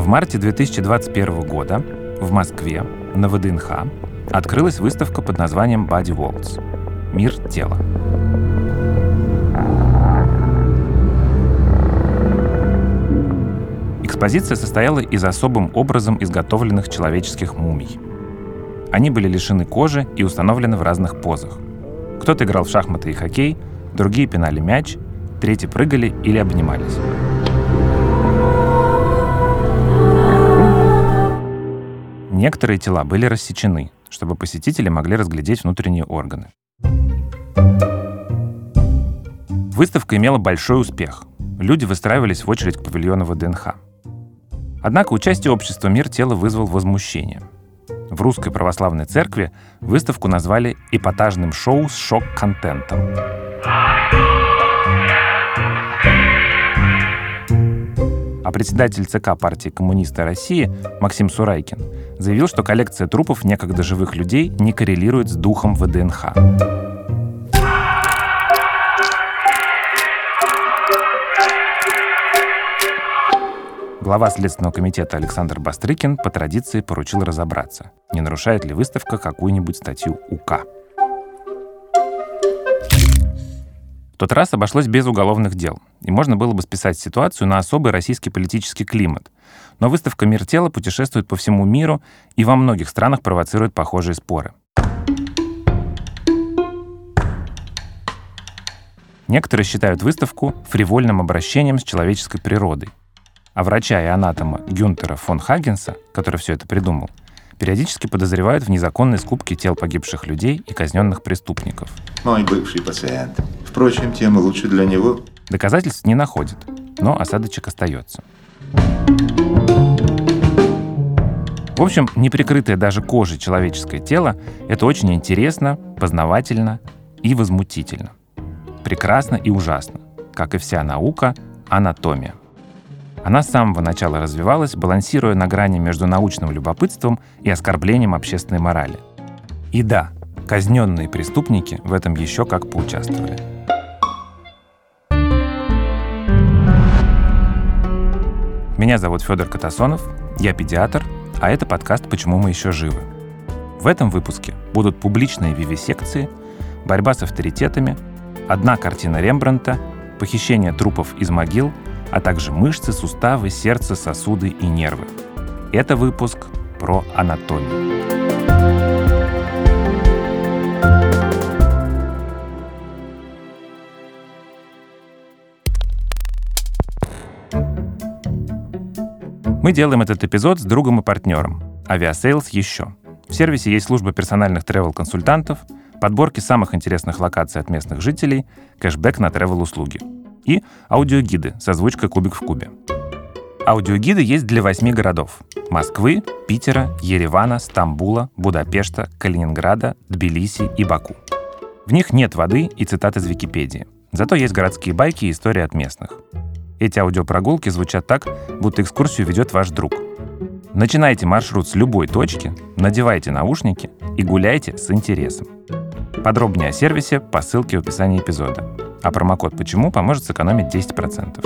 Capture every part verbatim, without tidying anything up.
марте две тысячи двадцать первого года в Москве на вэ дэ эн ха открылась выставка под названием Body Worlds — «Мир тела». Экспозиция состояла из особым образом изготовленных человеческих мумий. Они были лишены кожи и установлены в разных позах. Кто-то играл в шахматы и хоккей, другие пинали мяч, третьи прыгали или обнимались. Некоторые тела были рассечены, чтобы посетители могли разглядеть внутренние органы. Выставка имела большой успех. Люди выстраивались в очередь к павильону вэ дэ эн ха. Однако участие общества «Мир тела» вызвал возмущение. В Русской Православной Церкви выставку назвали эпатажным шоу с шок-контентом. А председатель ЦК партии «Коммунисты России» Максим Сурайкин заявил, что коллекция трупов некогда живых людей не коррелирует с духом вэ дэ эн ха. Глава Следственного комитета Александр Бастрыкин по традиции поручил разобраться, не нарушает ли выставка какую-нибудь статью УК. В тот раз обошлось без уголовных дел, и можно было бы списать ситуацию на особый российский политический климат. Но выставка «Мир тела» путешествует по всему миру и во многих странах провоцирует похожие споры. Некоторые считают выставку фривольным обращением с человеческой природой. А врача и анатома Гюнтера фон Хагенса, который все это придумал, периодически подозревают в незаконной скупке тел погибших людей и казненных преступников. Мой бывший пациент. Впрочем, тем лучше для него. Доказательств не находят, но осадочек остается. В общем, неприкрытое даже кожей человеческое тело — это очень интересно, познавательно и возмутительно. Прекрасно и ужасно, как и вся наука — анатомия. Она с самого начала развивалась, балансируя на грани между научным любопытством и оскорблением общественной морали. И да, казненные преступники в этом еще как поучаствовали. Меня зовут Федор Катасонов, я педиатр, а это подкаст «Почему мы еще живы?». В этом выпуске будут публичные вивисекции, борьба с авторитетами, одна картина Рембрандта, похищение трупов из могил, а также мышцы, суставы, сердце, сосуды и нервы. Это выпуск про анатомию. Мы делаем этот эпизод с другом и партнером — Aviasales еще. В сервисе есть служба персональных тревел-консультантов, подборки самых интересных локаций от местных жителей, кэшбэк на тревел-услуги. И аудиогиды с озвучкой «Кубик в кубе». Аудиогиды есть для восьми городов — Москвы, Питера, Еревана, Стамбула, Будапешта, Калининграда, Тбилиси и Баку. В них нет воды и цитат из Википедии. Зато есть городские байки и истории от местных. Эти аудиопрогулки звучат так, будто экскурсию ведет ваш друг. Начинайте маршрут с любой точки, надевайте наушники и гуляйте с интересом. Подробнее о сервисе по ссылке в описании эпизода. А промокод «Почему» поможет сэкономить десять процентов.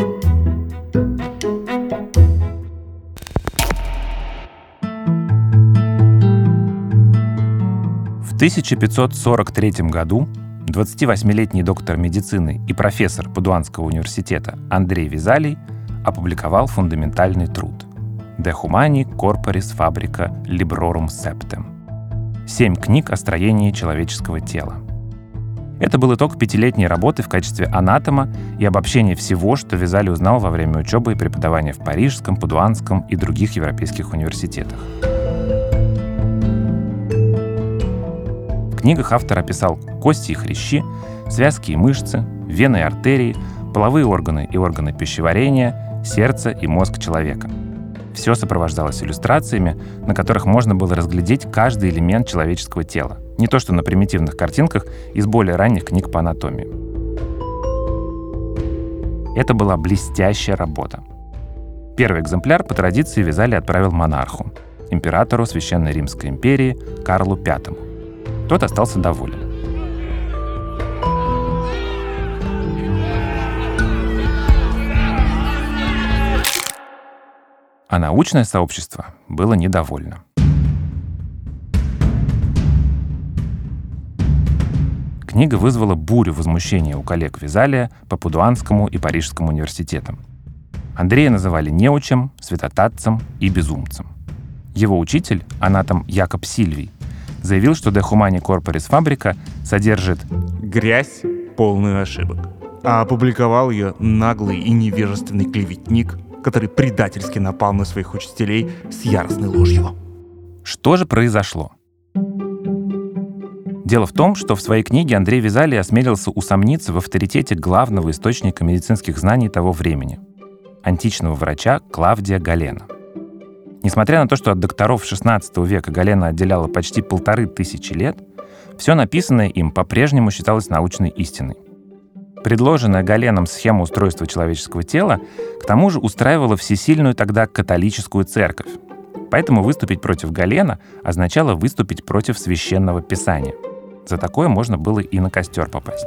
В тысяча пятьсот сорок третьем году двадцативосьмилетний доктор медицины и профессор Падуанского университета Андрей Визалий опубликовал фундаментальный труд «De Humani Corporis Fabrica Librorum Septem» — семь книг о строении человеческого тела. Это был итог пятилетней работы в качестве анатома и обобщение всего, что Визалий узнал во время учебы и преподавания в Парижском, Падуанском и других европейских университетах. В книгах автор описал кости и хрящи, связки и мышцы, вены и артерии, половые органы и органы пищеварения, сердце и мозг человека. Все сопровождалось иллюстрациями, на которых можно было разглядеть каждый элемент человеческого тела. Не то что на примитивных картинках из более ранних книг по анатомии. Это была блестящая работа. Первый экземпляр по традиции Визалий отправил монарху, императору Священной Римской империи Карлу Пятому. Тот остался доволен. А научное сообщество было недовольно. Книга вызвала бурю возмущения у коллег Везалия по Падуанскому и Парижскому университетам. Андрея называли неучем, святотатцем и безумцем. Его учитель, анатом Якоб Сильвий, заявил, что De Humani Corporis Fabrica содержит грязь, полную ошибок. А опубликовал ее наглый и невежественный клеветник, который предательски напал на своих учителей с яростной ложью. Что же произошло? Дело в том, что в своей книге Андрей Везалий осмелился усомниться в авторитете главного источника медицинских знаний того времени — античного врача Клавдия Галена. Несмотря на то, что от докторов шестнадцатого века Галена отделяло почти полторы тысячи лет, все написанное им по-прежнему считалось научной истиной. Предложенная Галеном схема устройства человеческого тела к тому же устраивала всесильную тогда католическую церковь. Поэтому выступить против Галена означало выступить против священного писания. За такое можно было и на костер попасть.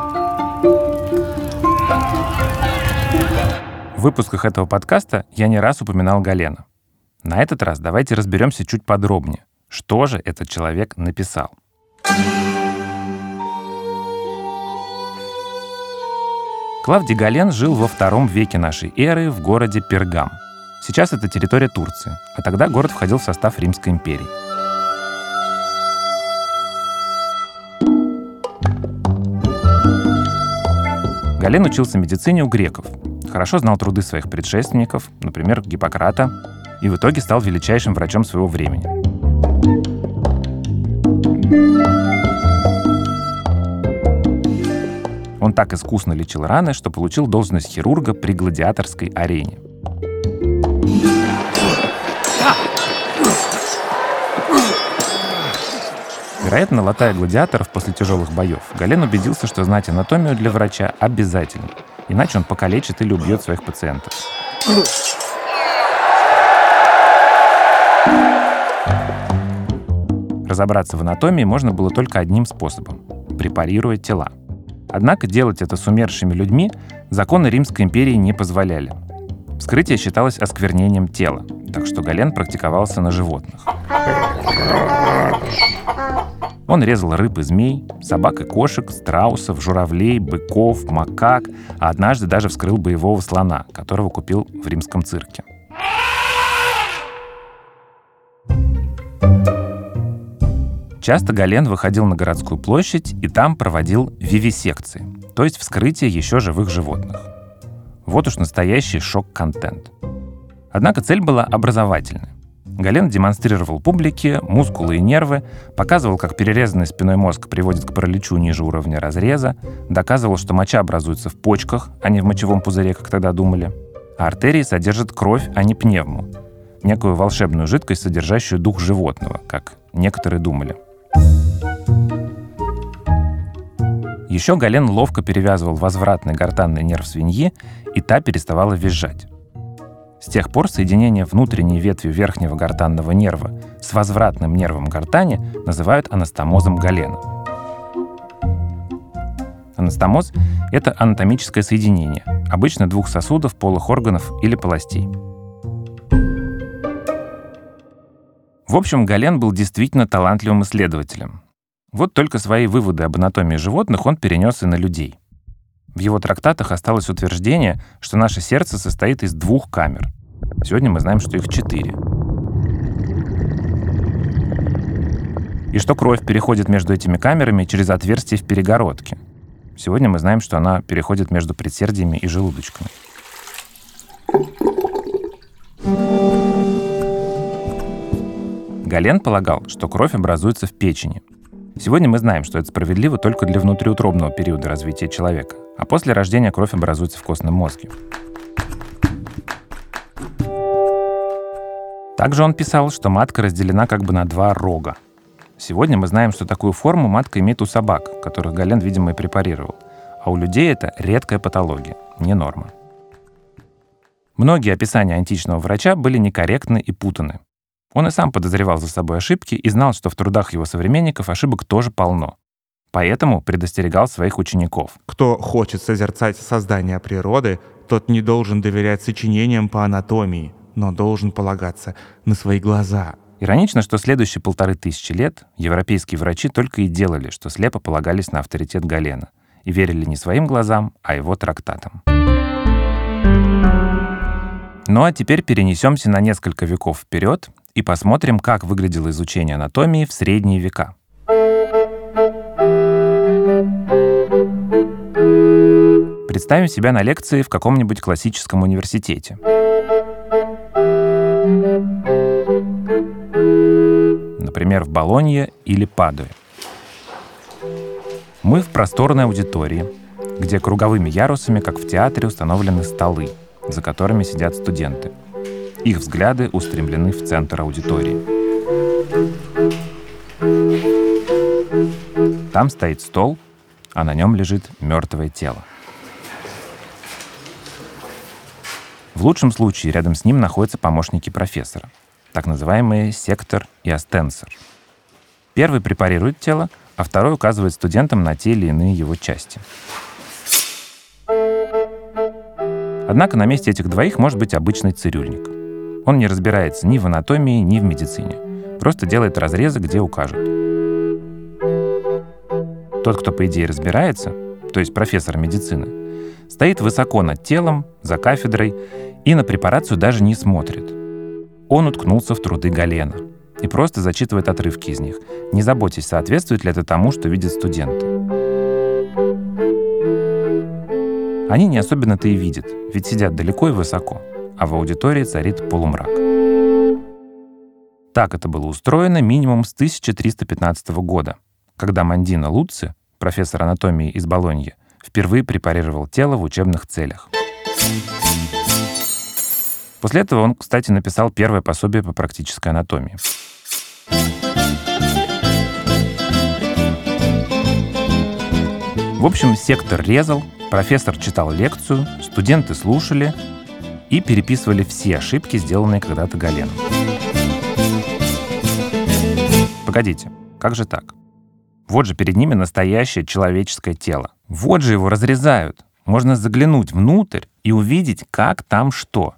В выпусках этого подкаста я не раз упоминал Галена. На этот раз давайте разберемся чуть подробнее, что же этот человек написал. Клавдий Гален жил во втором веке нашей эры в городе Пергам. Сейчас это территория Турции, а тогда город входил в состав Римской империи. Гален учился медицине у греков, хорошо знал труды своих предшественников, например, Гиппократа, и в итоге стал величайшим врачом своего времени. Он так искусно лечил раны, что получил должность хирурга при гладиаторской арене. Вероятно, латая гладиаторов после тяжелых боев, Гален убедился, что знать анатомию для врача обязательно, иначе он покалечит или убьет своих пациентов. Разобраться в анатомии можно было только одним способом — препарируя тела. Однако делать это с умершими людьми законы Римской империи не позволяли. Вскрытие считалось осквернением тела, так что Гален практиковался на животных. Он резал рыб и змей, собак и кошек, страусов, журавлей, быков, макак, а однажды даже вскрыл боевого слона, которого купил в римском цирке. Часто Гален выходил на городскую площадь и там проводил вивисекции, то есть вскрытие еще живых животных. Вот уж настоящий шок-контент. Однако цель была образовательной. Гален демонстрировал публике мускулы и нервы, показывал, как перерезанный спинной мозг приводит к параличу ниже уровня разреза, доказывал, что моча образуется в почках, а не в мочевом пузыре, как тогда думали, а артерии содержат кровь, а не пневму, некую волшебную жидкость, содержащую дух животного, как некоторые думали. Еще Гален ловко перевязывал возвратный гортанный нерв свиньи, и та переставала визжать. С тех пор соединение внутренней ветви верхнего гортанного нерва с возвратным нервом гортани называют анастомозом Галена. Анастомоз — это анатомическое соединение, обычно двух сосудов, полых органов или полостей. В общем, Гален был действительно талантливым исследователем. Вот только свои выводы об анатомии животных он перенес и на людей. В его трактатах осталось утверждение, что наше сердце состоит из двух камер. Сегодня мы знаем, что их четыре. И что кровь переходит между этими камерами через отверстие в перегородке. Сегодня мы знаем, что она переходит между предсердиями и желудочками. Гален полагал, что кровь образуется в печени. Сегодня мы знаем, что это справедливо только для внутриутробного периода развития человека, а после рождения кровь образуется в костном мозге. Также он писал, что матка разделена как бы на два рога. Сегодня мы знаем, что такую форму матка имеет у собак, которых Гален, видимо, и препарировал, а у людей это редкая патология, не норма. Многие описания античного врача были некорректны и путаны. Он и сам подозревал за собой ошибки и знал, что в трудах его современников ошибок тоже полно. Поэтому предостерегал своих учеников. Кто хочет созерцать создание природы, тот не должен доверять сочинениям по анатомии, но должен полагаться на свои глаза. Иронично, что следующие полторы тысячи лет европейские врачи только и делали, что слепо полагались на авторитет Галена и верили не своим глазам, а его трактатам. Ну а теперь перенесемся на несколько веков вперед и посмотрим, как выглядело изучение анатомии в средние века. Представим себя на лекции в каком-нибудь классическом университете. Например, в Болонье или Падуе. Мы в просторной аудитории, где круговыми ярусами, как в театре, установлены столы, за которыми сидят студенты. Их взгляды устремлены в центр аудитории. Там стоит стол, а на нем лежит мертвое тело. В лучшем случае рядом с ним находятся помощники профессора, так называемые сектор и астенсор. Первый препарирует тело, а второй указывает студентам на те или иные его части. Однако на месте этих двоих может быть обычный цирюльник. Он не разбирается ни в анатомии, ни в медицине. Просто делает разрезы, где укажут. Тот, кто, по идее, разбирается, то есть профессор медицины, стоит высоко над телом, за кафедрой, и на препарацию даже не смотрит. Он уткнулся в труды Галена и просто зачитывает отрывки из них, не заботясь, соответствует ли это тому, что видят студенты. Они не особенно-то и видят, ведь сидят далеко и высоко, а в аудитории царит полумрак. Так это было устроено минимум с тысяча триста пятнадцатого года, когда Мандино Луцци, профессор анатомии из Болоньи, впервые препарировал тело в учебных целях. После этого он, кстати, написал первое пособие по практической анатомии. В общем, сектор резал, профессор читал лекцию, студенты слушали и переписывали все ошибки, сделанные когда-то Галеном. Погодите, как же так? Вот же перед ними настоящее человеческое тело. Вот же его разрезают. Можно заглянуть внутрь и увидеть, как там что.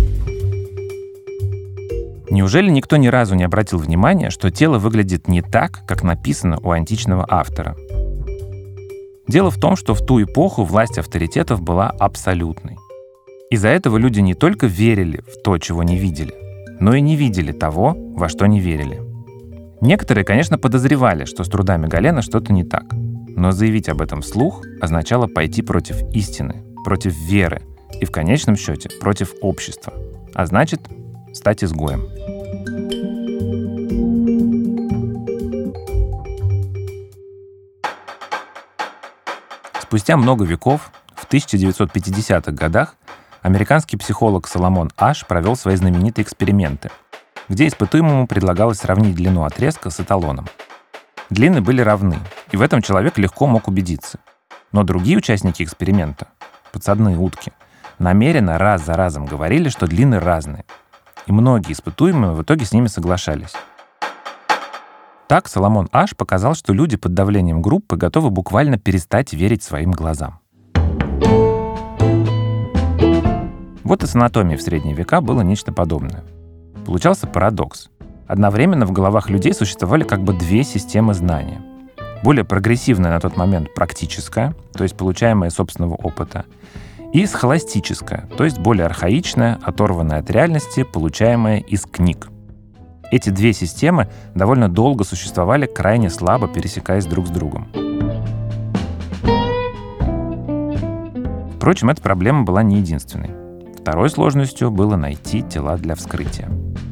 Неужели никто ни разу не обратил внимания, что тело выглядит не так, как написано у античного автора? Дело в том, что в ту эпоху власть авторитетов была абсолютной. Из-за этого люди не только верили в то, чего не видели, но и не видели того, во что не верили. Некоторые, конечно, подозревали, что с трудами Галена что-то не так, но заявить об этом вслух означало пойти против истины, против веры и, в конечном счете, против общества, а значит, стать изгоем. Спустя много веков, в тысяча девятьсот пятидесятых годах, американский психолог Соломон Аш провел свои знаменитые эксперименты, где испытуемому предлагалось сравнить длину отрезка с эталоном. Длины были равны, и в этом человек легко мог убедиться. Но другие участники эксперимента, подсадные утки, намеренно раз за разом говорили, что длины разные. И многие испытуемые в итоге с ними соглашались. Так Соломон Аш показал, что люди под давлением группы готовы буквально перестать верить своим глазам. Вот и с анатомией в средние века было нечто подобное. Получался парадокс. Одновременно в головах людей существовали как бы две системы знания. Более прогрессивная на тот момент практическая, то есть получаемая из собственного опыта, и схоластическая, то есть более архаичная, оторванная от реальности, получаемая из книг. Эти две системы довольно долго существовали, крайне слабо пересекаясь друг с другом. Впрочем, эта проблема была не единственной. Второй сложностью было найти тела для вскрытия.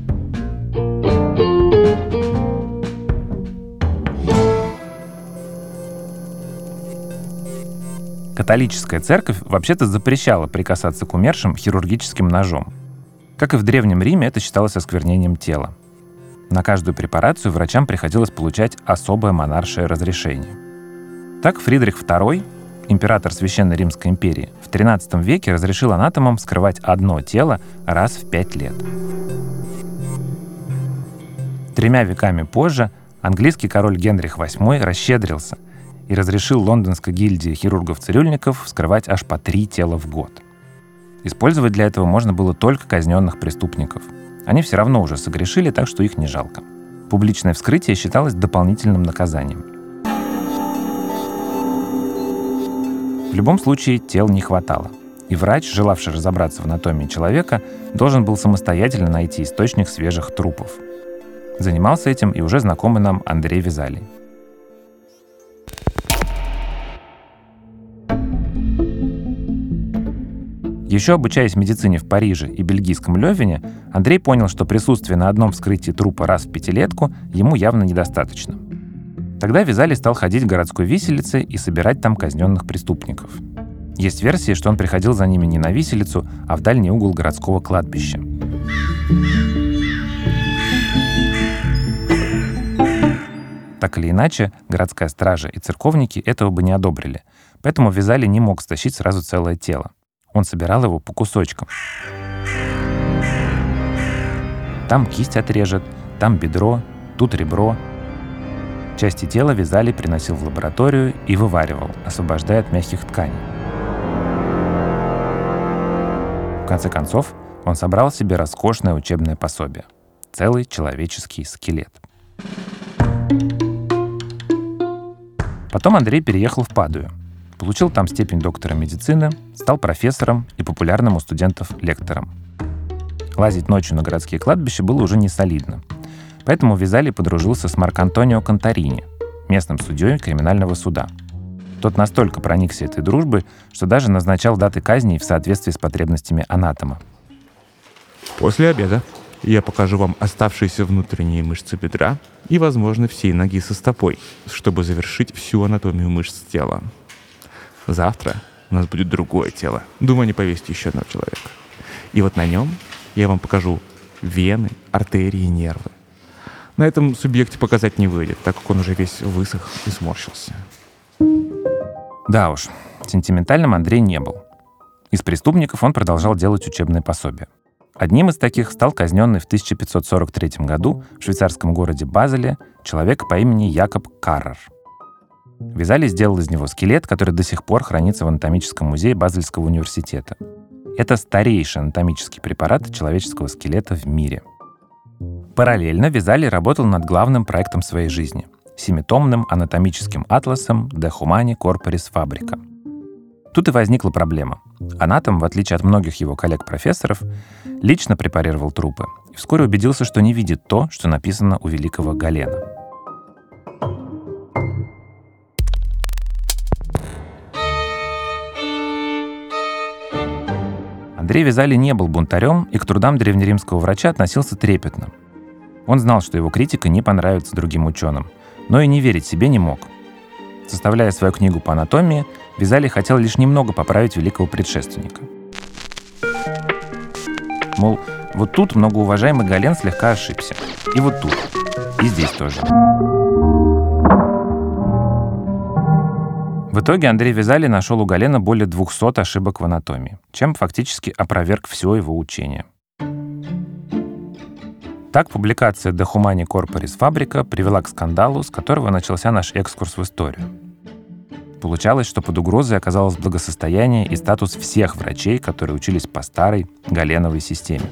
Католическая церковь вообще-то запрещала прикасаться к умершим хирургическим ножом. Как и в Древнем Риме, это считалось осквернением тела. На каждую препарацию врачам приходилось получать особое монаршее разрешение. Так Фридрих второй, император Священной Римской империи, в тринадцатом веке разрешил анатомам вскрывать одно тело раз в пять лет. Тремя веками позже английский король Генрих восьмой расщедрился и разрешил лондонской гильдии хирургов-цирюльников вскрывать аж по три тела в год. Использовать для этого можно было только казненных преступников. Они все равно уже согрешили, так что их не жалко. Публичное вскрытие считалось дополнительным наказанием. В любом случае тел не хватало, и врач, желавший разобраться в анатомии человека, должен был самостоятельно найти источник свежих трупов. Занимался этим и уже знакомый нам Андрей Вязалий. Еще обучаясь медицине в Париже и бельгийском Лёвене, Андрей понял, что присутствие на одном вскрытии трупа раз в пятилетку ему явно недостаточно. Тогда Вязалий стал ходить к городской виселице и собирать там казненных преступников. Есть версии, что он приходил за ними не на виселицу, а в дальний угол городского кладбища. Так или иначе, городская стража и церковники этого бы не одобрили, поэтому Вязалий не мог стащить сразу целое тело. Он собирал его по кусочкам. Там кисть отрежет, там бедро, тут ребро. Части тела Вязалий приносил в лабораторию и вываривал, освобождая от мягких тканей. В конце концов, он собрал себе роскошное учебное пособие — целый человеческий скелет. Потом Андрей переехал в Падую. Получил там степень доктора медицины, стал профессором и популярным у студентов лектором. Лазить ночью на городские кладбища было уже не солидно. Поэтому Вязалий подружился с Маркантонио Конторини, местным судьей криминального суда. Тот настолько проникся этой дружбой, что даже назначал даты казней в соответствии с потребностями анатома. После обеда я покажу вам оставшиеся внутренние мышцы бедра и, возможно, всей ноги со стопой, чтобы завершить всю анатомию мышц тела. Завтра у нас будет другое тело. Думаю, не повесить еще одного человека. И вот на нем я вам покажу вены, артерии, нервы. На этом субъекте показать не выйдет, так как он уже весь высох и сморщился. Да уж, сентиментальным Андрей не был. Из преступников он продолжал делать учебные пособия. Одним из таких стал казненный в тысяча пятьсот сорок третьем году в швейцарском городе Базеле человек по имени Якоб Каррер. Вязалий сделал из него скелет, который до сих пор хранится в анатомическом музее Базельского университета. Это старейший анатомический препарат человеческого скелета в мире. Параллельно Вязалий работал над главным проектом своей жизни — семитомным анатомическим атласом De Humani Corporis Fabrica. Тут и возникла проблема. Анатом, в отличие от многих его коллег-профессоров, лично препарировал трупы и вскоре убедился, что не видит то, что написано у великого Галена. Андрей Вязалий не был бунтарем и к трудам древнеримского врача относился трепетно. Он знал, что его критика не понравится другим ученым, но и не верить себе не мог. Составляя свою книгу по анатомии, Вязалий хотел лишь немного поправить великого предшественника. Мол, вот тут многоуважаемый Гален слегка ошибся. И вот тут. И здесь тоже. В итоге Андрей Вязалий нашел у Галена более двухсот ошибок в анатомии, чем фактически опроверг все его учение. Так публикация De Humani Corporis Fabrica привела к скандалу, с которого начался наш экскурс в историю. Получалось, что под угрозой оказалось благосостояние и статус всех врачей, которые учились по старой Галеновой системе.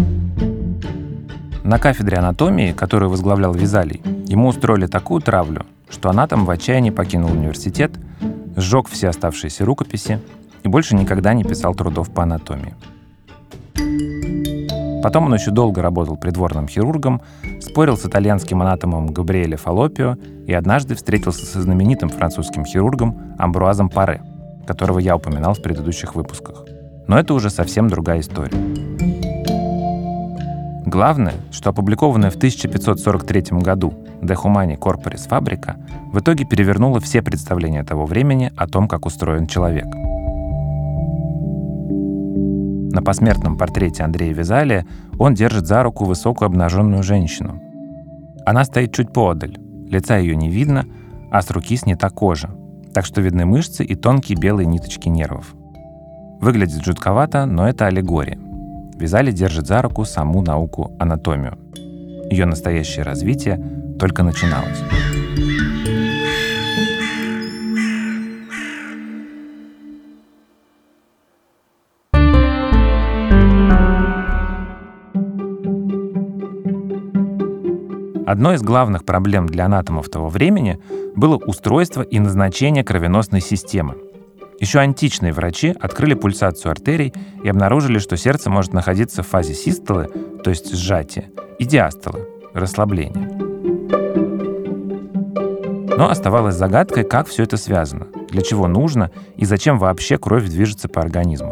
На кафедре анатомии, которую возглавлял Вязалий, ему устроили такую травлю, что анатом в отчаянии покинул университет, сжег все оставшиеся рукописи и больше никогда не писал трудов по анатомии. Потом он еще долго работал придворным хирургом, спорил с итальянским анатомом Габриэле Фаллопио и однажды встретился со знаменитым французским хирургом Амбруазом Паре, которого я упоминал в предыдущих выпусках. Но это уже совсем другая история. Главное, что опубликованное в тысяча пятьсот сорок третьем году De Humani Corporis Fabrica в итоге перевернуло все представления того времени о том, как устроен человек. На посмертном портрете Андрея Вязалия он держит за руку высокую обнаженную женщину. Она стоит чуть поодаль, лица ее не видно, а с руки снята кожа, так что видны мышцы и тонкие белые ниточки нервов. Выглядит жутковато, но это аллегория. Вязалий держит за руку саму науку анатомию. Ее настоящее развитие только начиналось. Одной из главных проблем для анатомов того времени было устройство и назначение кровеносной системы. Еще античные врачи открыли пульсацию артерий и обнаружили, что сердце может находиться в фазе систолы, то есть сжатия, и диастолы, расслабления. Но оставалось загадкой, как все это связано, для чего нужно и зачем вообще кровь движется по организму.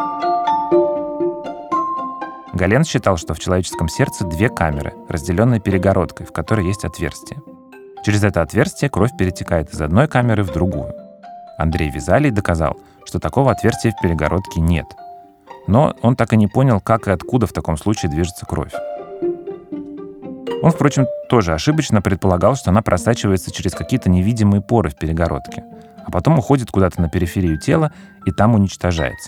Гален считал, что в человеческом сердце две камеры, разделенные перегородкой, в которой есть отверстие. Через это отверстие кровь перетекает из одной камеры в другую. Андрей Везалий доказал, что такого отверстия в перегородке нет. Но он так и не понял, как и откуда в таком случае движется кровь. Он, впрочем, тоже ошибочно предполагал, что она просачивается через какие-то невидимые поры в перегородке, а потом уходит куда-то на периферию тела и там уничтожается.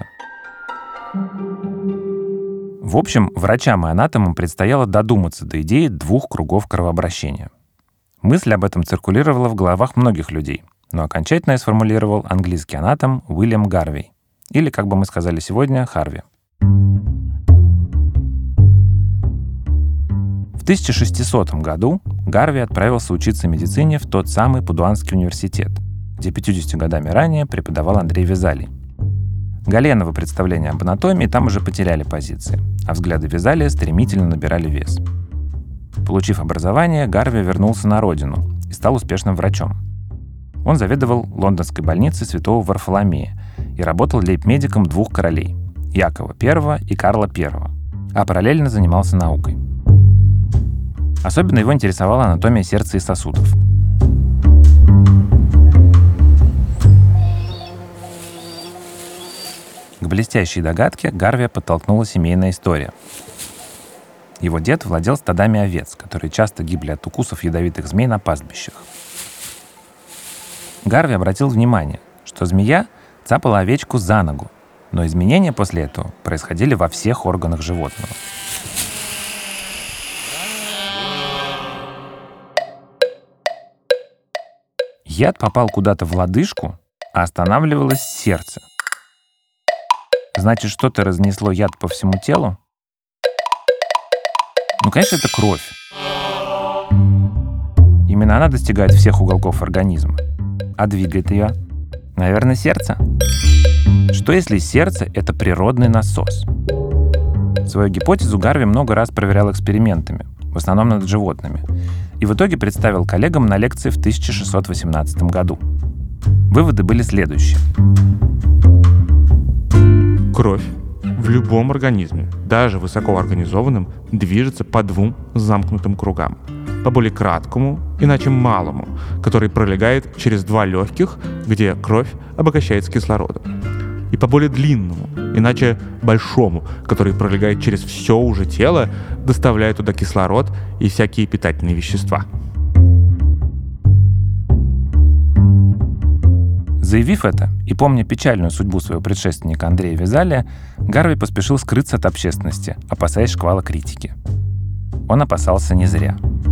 В общем, врачам и анатомам предстояло додуматься до идеи двух кругов кровообращения. Мысль об этом циркулировала в головах многих людей, но окончательно ее сформулировал английский анатом Уильям Гарвей, или, как бы мы сказали сегодня, Харви. В тысяча шестисотом году Гарвей отправился учиться медицине в тот самый Падуанский университет, где пятьюдесятью годами ранее преподавал Андрей Везалий. Галеновы представления об анатомии там уже потеряли позиции, а взгляды Везалия стремительно набирали вес. Получив образование, Гарвей вернулся на родину и стал успешным врачом. Он заведовал лондонской больницей Святого Варфоломея и работал лейб-медиком двух королей – Якова Первого и Карла Первого, а параллельно занимался наукой. Особенно его интересовала анатомия сердца и сосудов. К блестящей догадке Гарвия подтолкнула семейная история. Его дед владел стадами овец, которые часто гибли от укусов ядовитых змей на пастбищах. Гарвей обратил внимание, что змея цапала овечку за ногу, но изменения после этого происходили во всех органах животного. Яд попал куда-то в лодыжку, а останавливалось сердце. Значит, что-то разнесло яд по всему телу? Ну, конечно, это кровь. Именно она достигает всех уголков организма. А двигает ее, наверное, сердце. Что если сердце — это природный насос? Свою гипотезу Гарвей много раз проверял экспериментами, в основном над животными, и в итоге представил коллегам на лекции в тысяча шестьсот восемнадцатом году. Выводы были следующие. Кровь в любом организме, даже высокоорганизованном, движется по двум замкнутым кругам. По более краткому, иначе малому, который пролегает через два легких, где кровь обогащается кислородом. И по более длинному, иначе большому, который пролегает через все уже тело, доставляя туда кислород и всякие питательные вещества. Заявив это и помня печальную судьбу своего предшественника Андрея Везалия, Гарвей поспешил скрыться от общественности, опасаясь шквала критики. Он опасался не зря.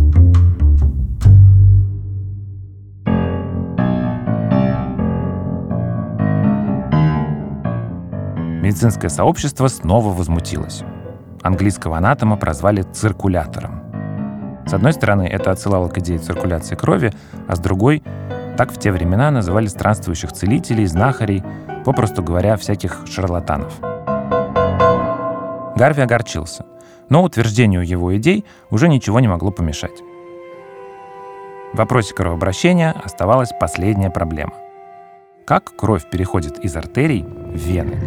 Медицинское сообщество снова возмутилось. Английского анатома прозвали циркулятором. С одной стороны, это отсылало к идее циркуляции крови, а с другой, так в те времена называли странствующих целителей, знахарей, попросту говоря, всяких шарлатанов. Гарвей огорчился, но утверждению его идей уже ничего не могло помешать. В вопросе кровообращения оставалась последняя проблема. Как кровь переходит из артерий в вены?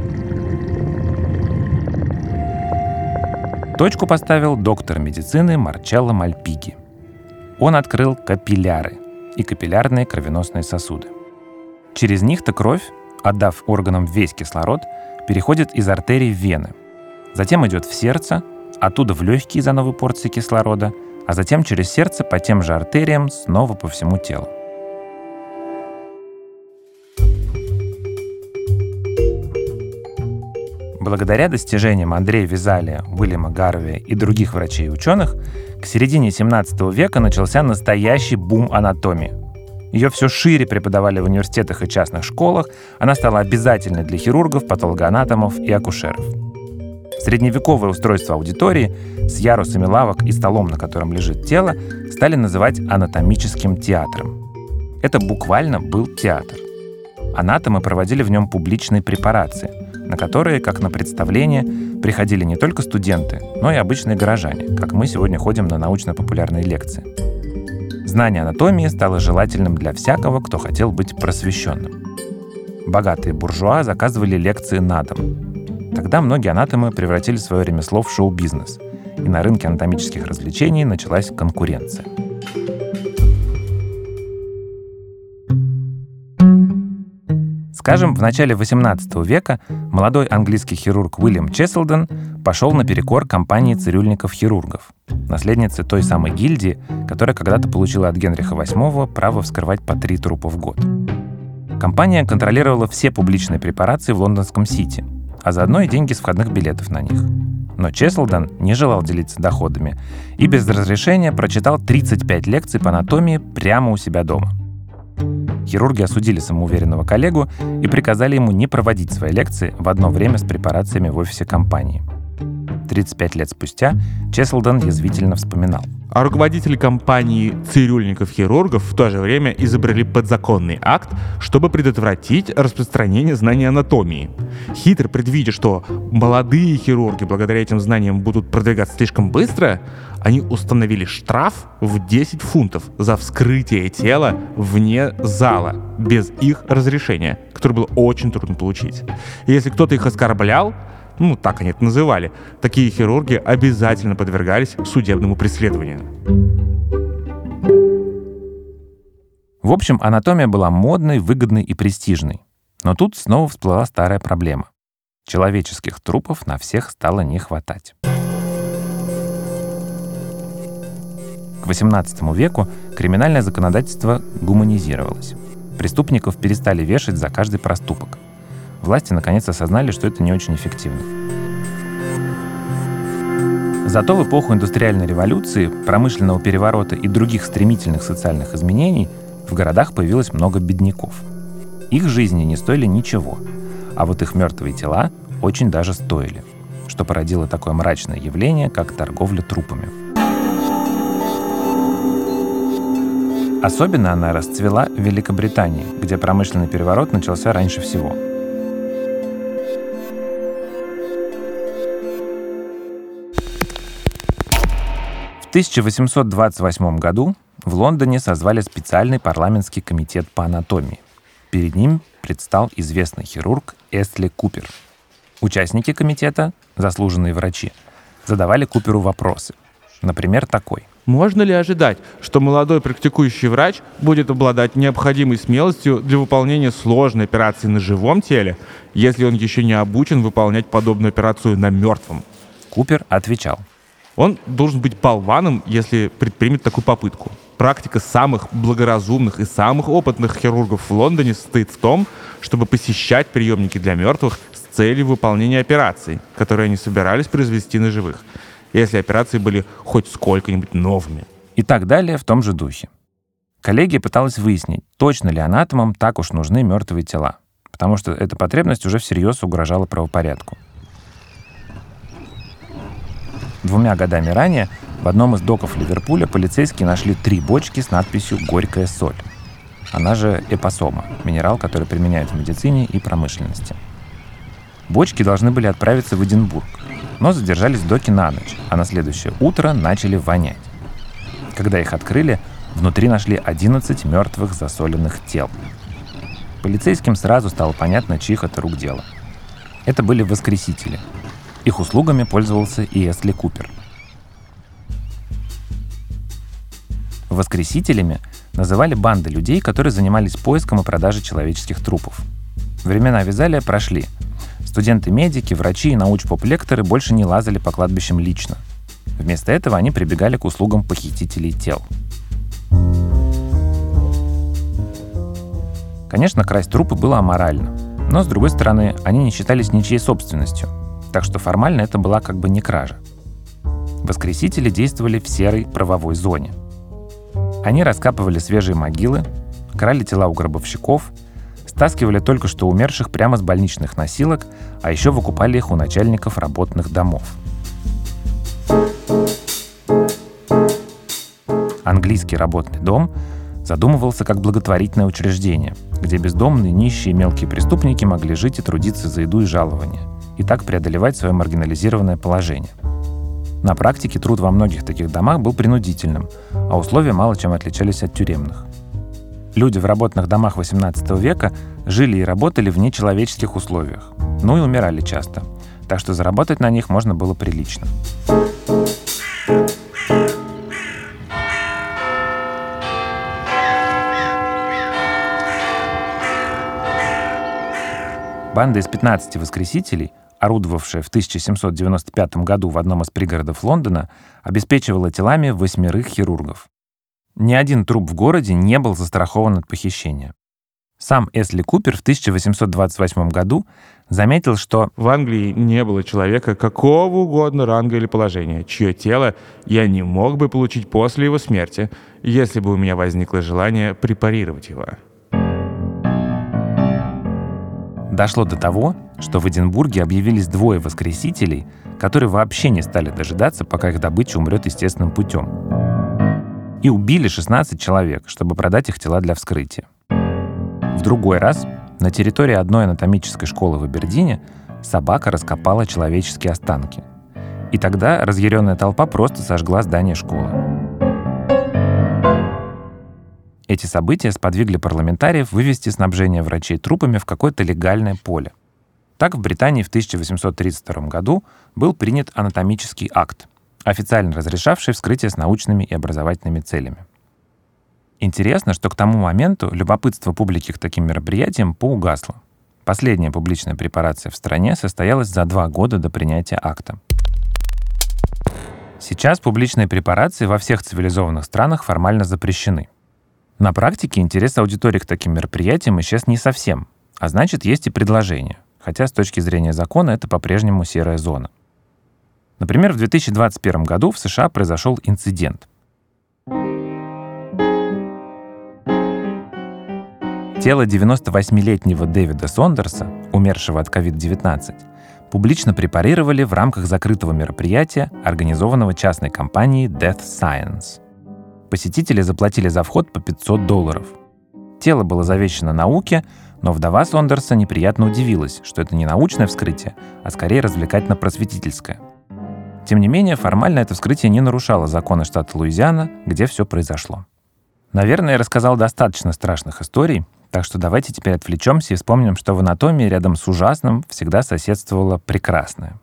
Точку поставил доктор медицины Марчелло Мальпигhi. Он открыл капилляры и капиллярные кровеносные сосуды. Через них-то кровь, отдав органам весь кислород, переходит из артерий в вены. Затем идет в сердце, оттуда в легкие за новой порцией кислорода, а затем через сердце по тем же артериям снова по всему телу. Благодаря достижениям Андрея Везалия, Уильяма Гарвия и других врачей и ученых, к середине семнадцатого века начался настоящий бум анатомии. Ее все шире преподавали в университетах и частных школах, она стала обязательной для хирургов, патологоанатомов и акушеров. Средневековое устройство аудитории с ярусами лавок и столом, на котором лежит тело, стали называть анатомическим театром. Это буквально был театр. Анатомы проводили в нем публичные препарации, на которые, как на представление, приходили не только студенты, но и обычные горожане, как мы сегодня ходим на научно-популярные лекции. Знание анатомии стало желательным для всякого, кто хотел быть просвещенным. Богатые буржуа заказывали лекции на дом. Тогда многие анатомы превратили свое ремесло в шоу-бизнес, и на рынке анатомических развлечений началась конкуренция. Скажем, в начале восемнадцатого века молодой английский хирург Уильям Чеселден пошел наперекор компании цирюльников-хирургов, наследницы той самой гильдии, которая когда-то получила от Генриха восьмого право вскрывать по три трупа в год. Компания контролировала все публичные препарации в лондонском Сити, а заодно и деньги с входных билетов на них. Но Чеселден не желал делиться доходами и без разрешения прочитал тридцать пять лекций по анатомии прямо у себя дома. Хирурги осудили самоуверенного коллегу и приказали ему не проводить свои лекции в одно время с препарациями в офисе компании. тридцать пять лет спустя Чеселден язвительно вспоминал. А руководители компании цирюльников-хирургов в то же время изобрели подзаконный акт, чтобы предотвратить распространение знаний анатомии. Хитро предвидя, что молодые хирурги благодаря этим знаниям будут продвигаться слишком быстро, они установили штраф в десять фунтов за вскрытие тела вне зала, без их разрешения, которое было очень трудно получить. И если кто-то их оскорблял, ну, так они это называли, такие хирурги обязательно подвергались судебному преследованию. В общем, анатомия была модной, выгодной и престижной. Но тут снова всплыла старая проблема. Человеческих трупов на всех стало не хватать. К восемнадцатому веку криминальное законодательство гуманизировалось. Преступников перестали вешать за каждый проступок. Власти наконец осознали, что это не очень эффективно. Зато в эпоху индустриальной революции, промышленного переворота и других стремительных социальных изменений в городах появилось много бедняков. Их жизни не стоили ничего, а вот их мертвые тела очень даже стоили, что породило такое мрачное явление, как торговля трупами. Особенно она расцвела в Великобритании, где промышленный переворот начался раньше всего. В тысяча восемьсот двадцать восьмом году в Лондоне созвали специальный парламентский комитет по анатомии. Перед ним предстал известный хирург Эсли Купер. Участники комитета, заслуженные врачи, задавали Куперу вопросы. Например, такой. Можно ли ожидать, что молодой практикующий врач будет обладать необходимой смелостью для выполнения сложной операции на живом теле, если он еще не обучен выполнять подобную операцию на мертвом? Купер отвечал. Он должен быть болваном, если предпримет такую попытку. Практика самых благоразумных и самых опытных хирургов в Лондоне состоит в том, чтобы посещать приемники для мертвых с целью выполнения операций, которые они собирались произвести на живых, если операции были хоть сколько-нибудь новыми. И так далее в том же духе. Коллегия пыталась выяснить, точно ли анатомам так уж нужны мертвые тела, потому что эта потребность уже всерьез угрожала правопорядку. Двумя годами ранее в одном из доков Ливерпуля полицейские нашли три бочки с надписью «Горькая соль». Она же эпосома, минерал, который применяют в медицине и промышленности. Бочки должны были отправиться в Эдинбург, но задержались в доке на ночь, а на следующее утро начали вонять. Когда их открыли, внутри нашли одиннадцать мертвых засоленных тел. Полицейским сразу стало понятно, чьих это рук дело. Это были воскресители. Их услугами пользовался и Эсли Купер. Воскресителями называли банды людей, которые занимались поиском и продажей человеческих трупов. Времена Вязалия прошли. Студенты-медики, врачи и науч-поп-лекторы больше не лазали по кладбищам лично. Вместо этого они прибегали к услугам похитителей тел. Конечно, красть трупы было аморально, но, с другой стороны, они не считались ничьей собственностью, так что формально это была как бы не кража. Воскресители действовали в серой правовой зоне. Они раскапывали свежие могилы, крали тела у гробовщиков, Стаскивали только что умерших прямо с больничных носилок, а еще выкупали их у начальников работных домов. Английский работный дом задумывался как благотворительное учреждение, где бездомные, нищие и мелкие преступники могли жить и трудиться за еду и жалования, и так преодолевать свое маргинализированное положение. На практике труд во многих таких домах был принудительным, а условия мало чем отличались от тюремных. Люди в работных домах восемнадцатого века жили и работали в нечеловеческих условиях, ну и умирали часто, так что заработать на них можно было прилично. Банда из пятнадцати воскресителей, орудовавшая в тысяча семьсот девяносто пятом году в одном из пригородов Лондона, обеспечивала телами восьмерых хирургов. Ни один труп в городе не был застрахован от похищения. Сам Эсли Купер в тысяча восемьсот двадцать восьмом году заметил, что в Англии не было человека какого угодно ранга или положения, чье тело я не мог бы получить после его смерти, если бы у меня возникло желание препарировать его. Дошло до того, что в Эдинбурге объявились двое воскресителей, которые вообще не стали дожидаться, пока их добыча умрет естественным путем. И убили шестнадцать человек, чтобы продать их тела для вскрытия. В другой раз на территории одной анатомической школы в Абердине собака раскопала человеческие останки. И тогда разъяренная толпа просто сожгла здание школы. Эти события сподвигли парламентариев вывести снабжение врачей трупами в какое-то легальное поле. Так в Британии в тысяча восемьсот тридцать втором году был принят анатомический акт, официально разрешавший вскрытие с научными и образовательными целями. Интересно, что к тому моменту любопытство публики к таким мероприятиям поугасло. Последняя публичная препарация в стране состоялась за два года до принятия акта. Сейчас публичные препарации во всех цивилизованных странах формально запрещены. На практике интерес аудитории к таким мероприятиям исчез не совсем, а значит, есть и предложение, хотя с точки зрения закона это по-прежнему серая зона. Например, в две тысячи двадцать первом году в США произошел инцидент. Тело девяностовосьмилетнего Дэвида Сондерса, умершего от ковид девятнадцать, публично препарировали в рамках закрытого мероприятия, организованного частной компанией Death Science. Посетители заплатили за вход по пятьсот долларов. Тело было завещено науке, но вдова Сондерса неприятно удивилась, что это не научное вскрытие, а скорее развлекательно-просветительское. Тем не менее, формально это вскрытие не нарушало законы штата Луизиана, где все произошло. Наверное, я рассказал достаточно страшных историй, так что давайте теперь отвлечемся и вспомним, что в анатомии рядом с ужасным всегда соседствовало прекрасное.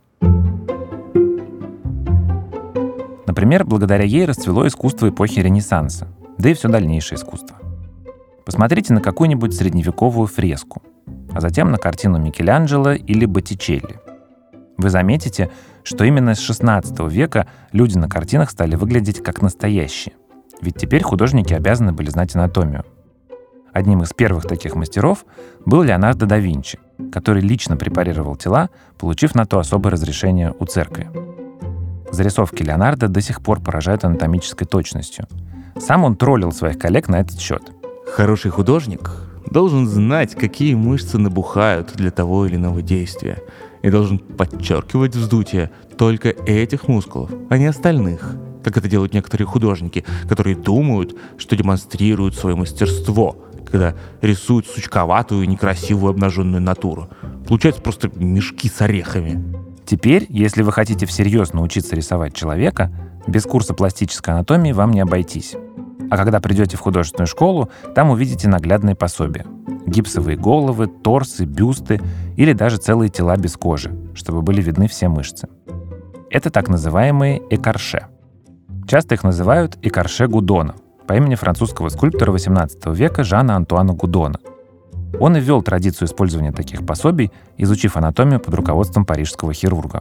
Например, благодаря ей расцвело искусство эпохи Ренессанса, да и все дальнейшее искусство. Посмотрите на какую-нибудь средневековую фреску, а затем на картину Микеланджело или Боттичелли. Вы заметите, что именно с шестнадцатого века люди на картинах стали выглядеть как настоящие, ведь теперь художники обязаны были знать анатомию. Одним из первых таких мастеров был Леонардо да Винчи, который лично препарировал тела, получив на то особое разрешение у церкви. Зарисовки Леонардо до сих пор поражают анатомической точностью. Сам он троллил своих коллег на этот счет. Хороший художник должен знать, какие мышцы набухают для того или иного действия, и должен подчеркивать вздутие только этих мускулов, а не остальных, как это делают некоторые художники, которые думают, что демонстрируют свое мастерство, когда рисуют сучковатую, некрасивую обнаженную натуру. Получаются просто мешки с орехами. Теперь, если вы хотите всерьез научиться рисовать человека, без курса пластической анатомии вам не обойтись. А когда придете в художественную школу, там увидите наглядные пособия. Гипсовые головы, торсы, бюсты или даже целые тела без кожи, чтобы были видны все мышцы. Это так называемые экарше. Часто их называют экарше Гудона по имени французского скульптора восемнадцатого века Жана Антуана Гудона. Он и ввел традицию использования таких пособий, изучив анатомию под руководством парижского хирурга.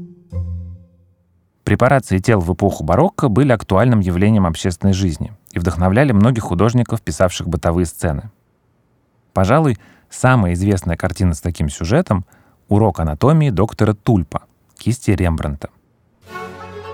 Препарации тел в эпоху барокко были актуальным явлением общественной жизни и вдохновляли многих художников, писавших бытовые сцены. Пожалуй, самая известная картина с таким сюжетом — «Урок анатомии доктора Тульпа» кисти Рембрандта.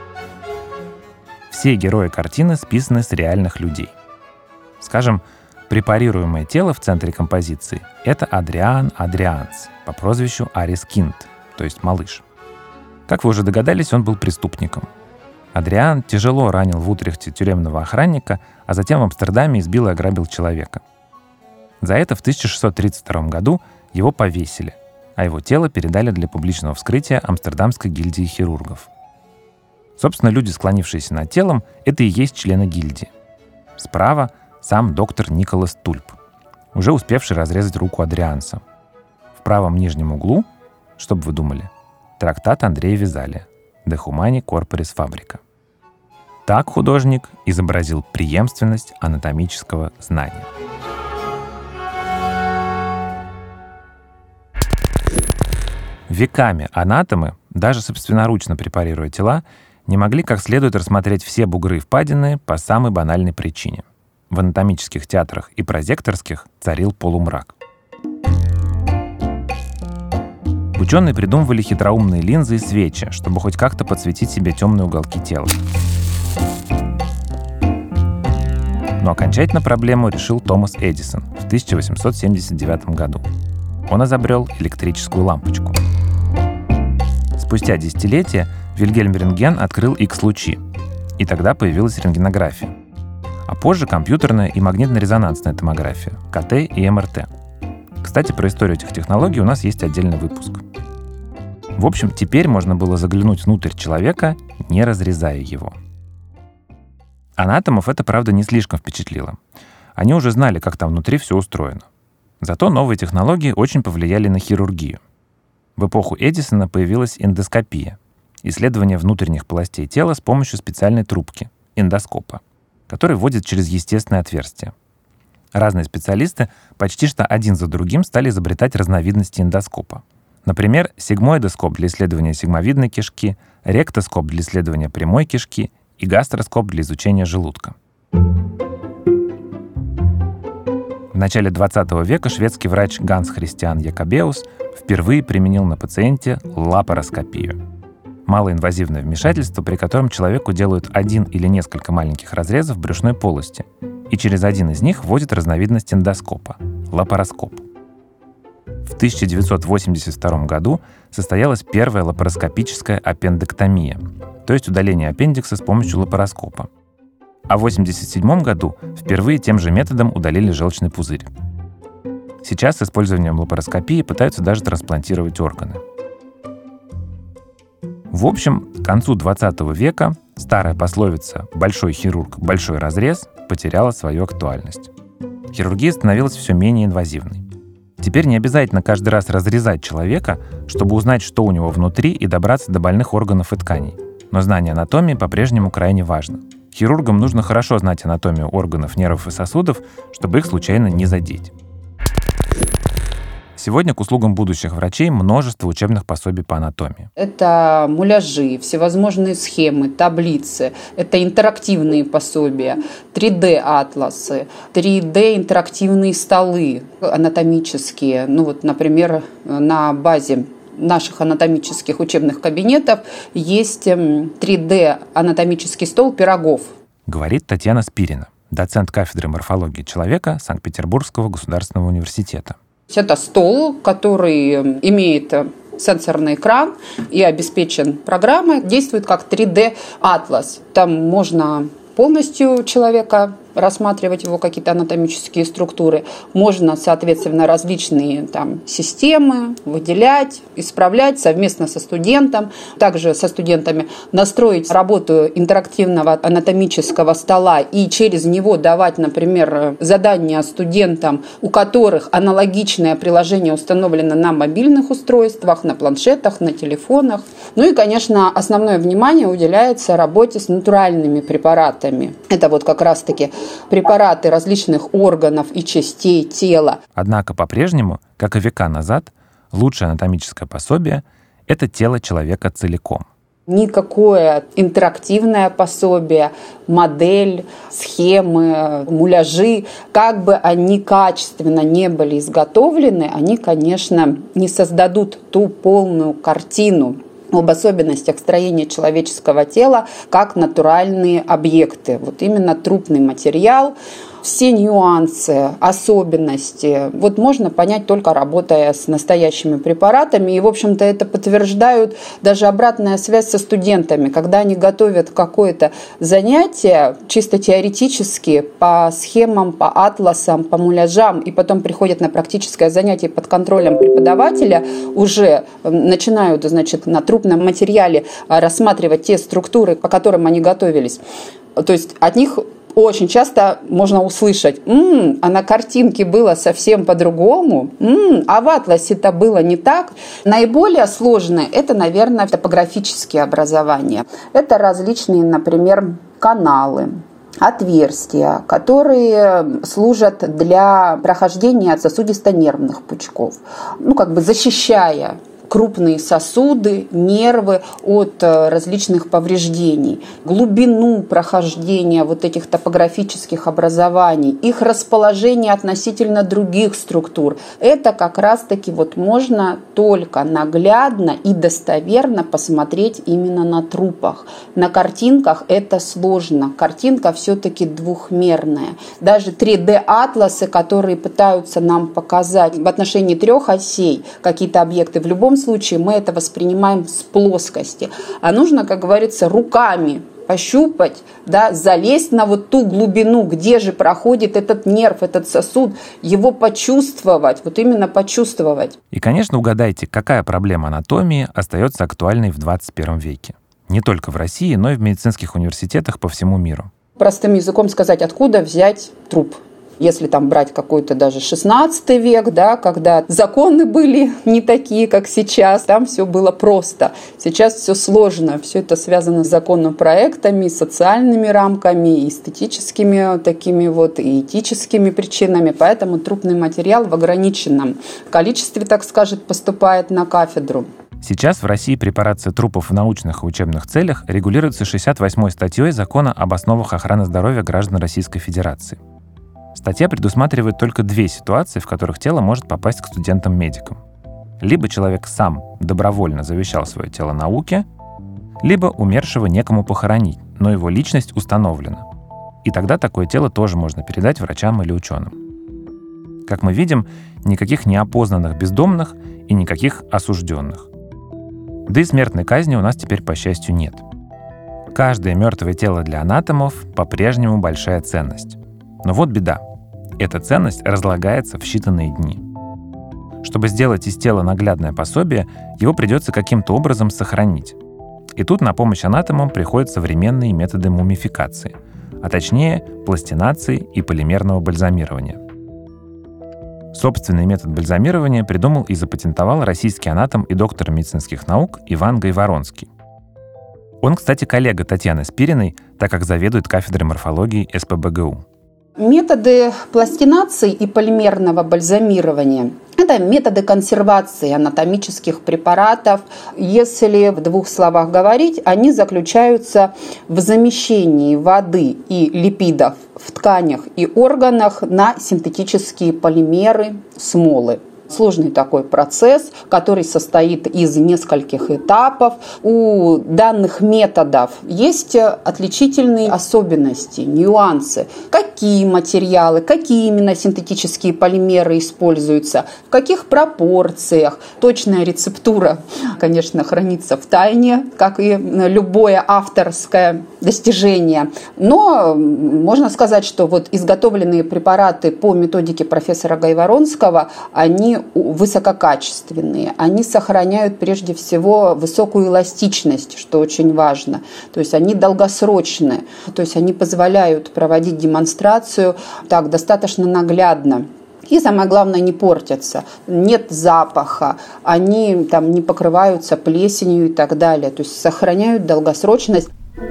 Все герои картины списаны с реальных людей. Скажем, Препарируемое тело в центре композиции — это Адриан Адрианс по прозвищу Арис Кинт, то есть малыш. Как вы уже догадались, он был преступником. Адриан тяжело ранил в Утрехте тюремного охранника, а затем в Амстердаме избил и ограбил человека. За это в тысяча шестьсот тридцать втором году его повесили, а его тело передали для публичного вскрытия Амстердамской гильдии хирургов. Собственно, люди, склонившиеся над телом, это и есть члены гильдии. Справа сам доктор Николас Тульп, уже успевший разрезать руку Адрианса. В правом нижнем углу, что бы вы думали, трактат Андрея Визалия «De Humani Corporis Fabrica». Так художник изобразил преемственность анатомического знания. Веками анатомы, даже собственноручно препарируя тела, не могли как следует рассмотреть все бугры и впадины по самой банальной причине. В анатомических театрах и прозекторских царил полумрак. Ученые придумывали хитроумные линзы и свечи, чтобы хоть как-то подсветить себе темные уголки тела. Но окончательно проблему решил Томас Эдисон в тысяча восемьсот семьдесят девятом году. Он изобрел электрическую лампочку. Спустя десятилетия Вильгельм Рентген открыл Икс-лучи, и тогда появилась рентгенография. А позже компьютерная и магнитно-резонансная томография, ка тэ и эм эр тэ. Кстати, про историю этих технологий у нас есть отдельный выпуск. В общем, теперь можно было заглянуть внутрь человека, не разрезая его. Анатомов это, правда, не слишком впечатлило. Они уже знали, как там внутри все устроено. Зато новые технологии очень повлияли на хирургию. В эпоху Эдисона появилась эндоскопия — исследование внутренних полостей тела с помощью специальной трубки — эндоскопа, который вводит через естественное отверстие. Разные специалисты почти что один за другим стали изобретать разновидности эндоскопа. Например, сигмоидоскоп для исследования сигмовидной кишки, ректоскоп для исследования прямой кишки и гастроскоп для изучения желудка. В начале двадцатого века шведский врач Ганс Христиан Якобеус впервые применил на пациенте лапароскопию — малоинвазивное вмешательство, при котором человеку делают один или несколько маленьких разрезов в брюшной полости, и через один из них вводят разновидность эндоскопа — лапароскоп. В тысяча девятьсот восемьдесят втором году состоялась первая лапароскопическая аппендэктомия, то есть удаление аппендикса с помощью лапароскопа. А в восемьдесят седьмом году впервые тем же методом удалили желчный пузырь. Сейчас с использованием лапароскопии пытаются даже трансплантировать органы. В общем, к концу двадцатого века старая пословица «большой хирург, большой разрез» потеряла свою актуальность. Хирургия становилась все менее инвазивной. Теперь не обязательно каждый раз разрезать человека, чтобы узнать, что у него внутри, и добраться до больных органов и тканей. Но знание анатомии по-прежнему крайне важно. Хирургам нужно хорошо знать анатомию органов, нервов и сосудов, чтобы их случайно не задеть. Сегодня к услугам будущих врачей множество учебных пособий по анатомии. Это муляжи, всевозможные схемы, таблицы, это интерактивные пособия, три дэ-атласы, три дэ-интерактивные столы анатомические. Ну вот, например, на базе наших анатомических учебных кабинетов есть три дэ-анатомический стол пирогов. Говорит Татьяна Спирина, доцент кафедры морфологии человека Санкт-Петербургского государственного университета. Это стол, который имеет сенсорный экран и обеспечен программой, действует как три дэ-атлас. Там можно полностью человека рассматривать, его какие-то анатомические структуры. Можно, соответственно, различные там системы выделять, исправлять совместно со студентом. Также со студентами настроить работу интерактивного анатомического стола и через него давать, например, задания студентам, у которых аналогичное приложение установлено на мобильных устройствах, на планшетах, на телефонах. Ну и, конечно, основное внимание уделяется работе с натуральными препаратами. Это вот как раз-таки препараты различных органов и частей тела. Однако по-прежнему, как и века назад, лучшее анатомическое пособие — это тело человека целиком. Никакое интерактивное пособие, модель, схемы, муляжи, как бы они качественно не были изготовлены, они, конечно, не создадут ту полную картину об особенностях строения человеческого тела как натуральные объекты. Вот именно трупный материал, все нюансы, особенности вот можно понять только работая с настоящими препаратами. И, в общем-то, это подтверждают даже обратная связь со студентами. Когда они готовят какое-то занятие, чисто теоретически, по схемам, по атласам, по муляжам, и потом приходят на практическое занятие под контролем преподавателя, уже начинают, значит, на трупном материале рассматривать те структуры, по которым они готовились. То есть от них очень часто можно услышать: «М-м, а на картинке было совсем по-другому, м-м, а в атласе-то было не так». Наиболее сложное – это, наверное, топографические образования. Это различные, например, каналы, отверстия, которые служат для прохождения сосудисто-нервных пучков, ну, как бы защищая крупные сосуды, нервы от различных повреждений, глубину прохождения вот этих топографических образований, их расположение относительно других структур. Это как раз-таки вот можно только наглядно и достоверно посмотреть именно на трупах. На картинках это сложно. Картинка все-таки двухмерная. Даже три дэ-атласы, которые пытаются нам показать в отношении трех осей какие-то объекты, в любом случае мы это воспринимаем с плоскости. А нужно, как говорится, руками пощупать, да, залезть на вот ту глубину, где же проходит этот нерв, этот сосуд, его почувствовать, вот именно почувствовать. И, конечно, угадайте, какая проблема анатомии остается актуальной в двадцать первом веке. Не только в России, но и в медицинских университетах по всему миру. Простым языком сказать, откуда взять труп. Если там брать какой-то даже шестнадцатый век, да, когда законы были не такие, как сейчас, там все было просто. Сейчас все сложно, все это связано с законопроектами, социальными рамками, эстетическими такими вот и этическими причинами, поэтому трупный материал в ограниченном количестве, так скажет, поступает на кафедру. Сейчас в России препарация трупов в научных и учебных целях регулируется шестьдесят восьмой статьей Закона об основах охраны здоровья граждан Российской Федерации. Статья предусматривает только две ситуации, в которых тело может попасть к студентам-медикам. Либо человек сам добровольно завещал свое тело науке, либо умершего некому похоронить, но его личность установлена. И тогда такое тело тоже можно передать врачам или ученым. Как мы видим, никаких неопознанных бездомных и никаких осужденных. Да и смертной казни у нас теперь, по счастью, нет. Каждое мертвое тело для анатомов по-прежнему большая ценность. Но вот беда. Эта ценность разлагается в считанные дни. Чтобы сделать из тела наглядное пособие, его придется каким-то образом сохранить. И тут на помощь анатомам приходят современные методы мумификации, а точнее пластинации и полимерного бальзамирования. Собственный метод бальзамирования придумал и запатентовал российский анатом и доктор медицинских наук Иван Гайворонский. Он, кстати, коллега Татьяны Спириной, так как заведует кафедрой морфологии эс пэ бэ гэ у. Методы пластинации и полимерного бальзамирования – это методы консервации анатомических препаратов. Если в двух словах говорить, они заключаются в замещении воды и липидов в тканях и органах на синтетические полимеры, смолы. Сложный такой процесс, который состоит из нескольких этапов. У данных методов есть отличительные особенности, нюансы. Какие материалы, какие именно синтетические полимеры используются, в каких пропорциях. Точная рецептура, конечно, хранится в тайне, как и любое авторское достижение. Но можно сказать, что вот изготовленные препараты по методике профессора Гайворонского, они высококачественные. Они сохраняют прежде всего высокую эластичность, что очень важно. То есть они долгосрочные. То есть они позволяют проводить демонстрацию так достаточно наглядно. И самое главное, не портятся, нет запаха, они там не покрываются плесенью и так далее. То есть сохраняют долгосрочность.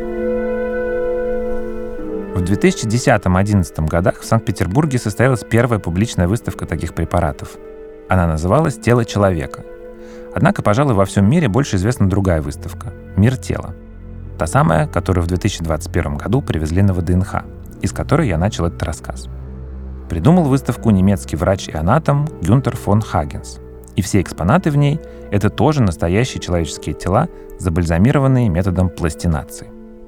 В две тысячи десятом — две тысячи одиннадцатом годах в Санкт-Петербурге состоялась первая публичная выставка таких препаратов. Она называлась «Тело человека». Однако, пожалуй, во всем мире больше известна другая выставка — «Мир тела». Та самая, которую в две тысячи двадцать первом году привезли на вэ дэ эн ха, из которой я начал этот рассказ. Придумал выставку немецкий врач и анатом Гюнтер фон Хагенс. И все экспонаты в ней — это тоже настоящие человеческие тела, забальзамированные методом пластинации.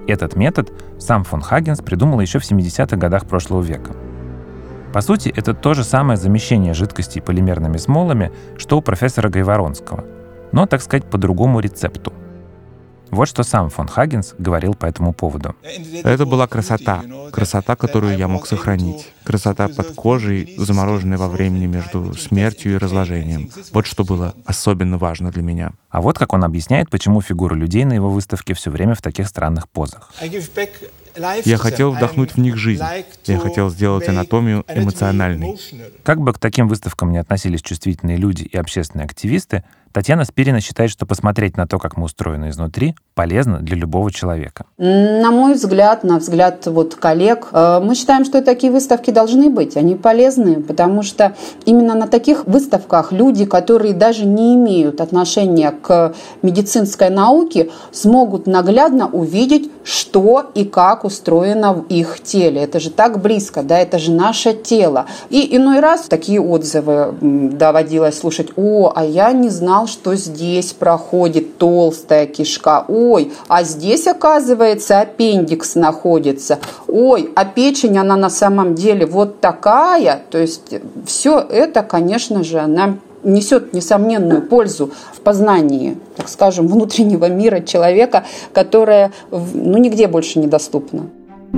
Этот метод сам фон Хагенс придумал еще в семидесятых годах прошлого века. По сути, это то же самое замещение жидкостей полимерными смолами, что у профессора Гайворонского, но, так сказать, по другому рецепту. Вот что сам фон Хагенс говорил по этому поводу. Это была красота. Красота, которую я мог сохранить. Красота под кожей, замороженная во времени между смертью и разложением. Вот что было особенно важно для меня. А вот как он объясняет, почему фигуры людей на его выставке все время в таких странных позах. Я хотел вдохнуть в них жизнь. Я хотел сделать анатомию эмоциональной. Как бы к таким выставкам ни относились чувствительные люди и общественные активисты, Татьяна Спирина считает, что посмотреть на то, как мы устроены изнутри, полезно для любого человека. На мой взгляд, на взгляд вот коллег, мы считаем, что такие выставки должны быть. Они полезны, потому что именно на таких выставках люди, которые даже не имеют отношения к медицинской науке, смогут наглядно увидеть, что и как устроено в их теле. Это же так близко, да, это же наше тело. И иной раз такие отзывы доводилось слушать: «О, а я не знал, что здесь проходит толстая кишка. Ой, а здесь, оказывается, аппендикс находится. Ой, а печень, она на самом деле вот такая». То есть все это, конечно же, она несет несомненную пользу в познании, так скажем, внутреннего мира человека, которое, ну, нигде больше недоступно.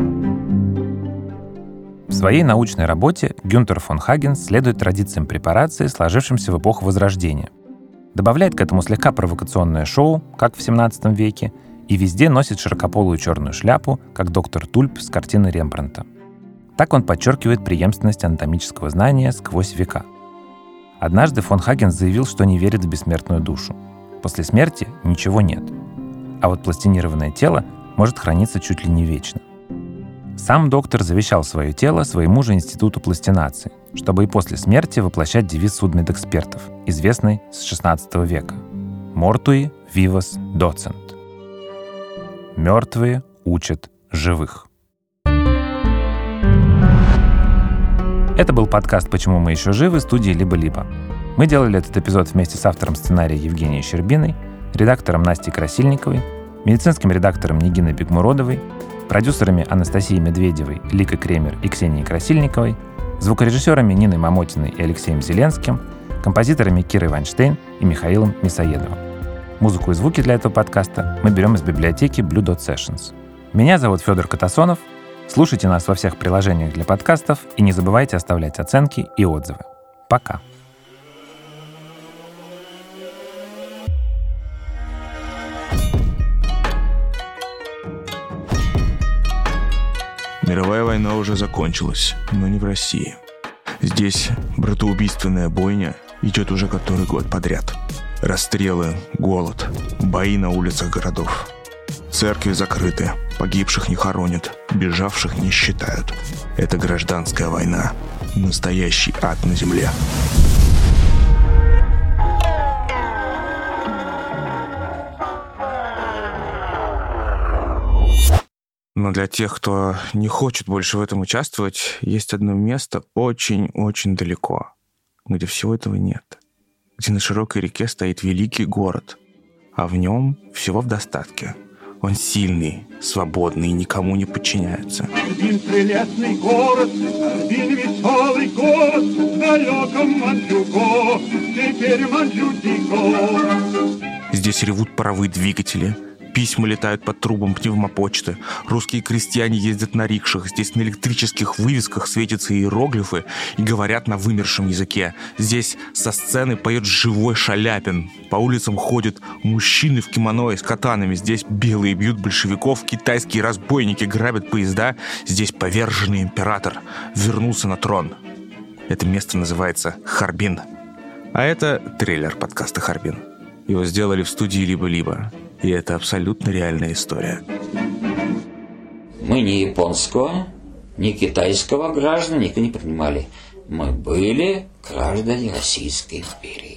В своей научной работе Гюнтер фон Хагенс следует традициям препарации, сложившимся в эпоху Возрождения. Добавляет к этому слегка провокационное шоу, как в семнадцатом веке, и везде носит широкополую черную шляпу, как доктор Тульп с картины Рембрандта. Так он подчеркивает преемственность анатомического знания сквозь века. Однажды фон Хагенс заявил, что не верит в бессмертную душу. После смерти ничего нет. А вот пластинированное тело может храниться чуть ли не вечно. Сам доктор завещал свое тело своему же институту пластинации, чтобы и после смерти воплощать девиз судмедэкспертов, известный с шестнадцатого века: «Mortui vivas docent». «Мертвые учат живых». Это был подкаст «Почему мы еще живы» студии «Либо-либо». Мы делали этот эпизод вместе с автором сценария Евгенией Щербиной, редактором Настей Красильниковой, медицинским редактором Нигиной Бегмуродовой, продюсерами Анастасией Медведевой, Ликой Кремер и Ксенией Красильниковой, звукорежиссерами Ниной Мамотиной и Алексеем Зеленским, композиторами Кирой Вайнштейн и Михаилом Мясоедовым. Музыку и звуки для этого подкаста мы берем из библиотеки Blue Dot Sessions. Меня зовут Федор Катасонов. Слушайте нас во всех приложениях для подкастов и не забывайте оставлять оценки и отзывы. Пока! Мировая война уже закончилась, но не в России. Здесь братоубийственная бойня идет уже который год подряд. Расстрелы, голод, бои на улицах городов. Церкви закрыты, погибших не хоронят, бежавших не считают. Это гражданская война. Настоящий ад на земле. Но для тех, кто не хочет больше в этом участвовать, есть одно место очень-очень далеко, где всего этого нет. Где на широкой реке стоит великий город, а в нем всего в достатке. Он сильный, свободный и никому не подчиняется. Один прелестный город, один веселый город, в далеком Манчжуго, теперь Манчжутико. Здесь ревут паровые двигатели, письма летают под трубам пневмопочты, русские крестьяне ездят на рикшах, здесь на электрических вывесках светятся иероглифы и говорят на вымершем языке. Здесь со сцены поет живой Шаляпин. По улицам ходят мужчины в кимоно и с катанами. Здесь белые бьют большевиков, китайские разбойники грабят поезда. Здесь поверженный император вернулся на трон. Это место называется Харбин. А это трейлер подкаста «Харбин». Его сделали в студии «Либо-либо». И это абсолютно реальная история. Мы ни японского, ни китайского граждан никто не принимали. Мы были граждане Российской империи.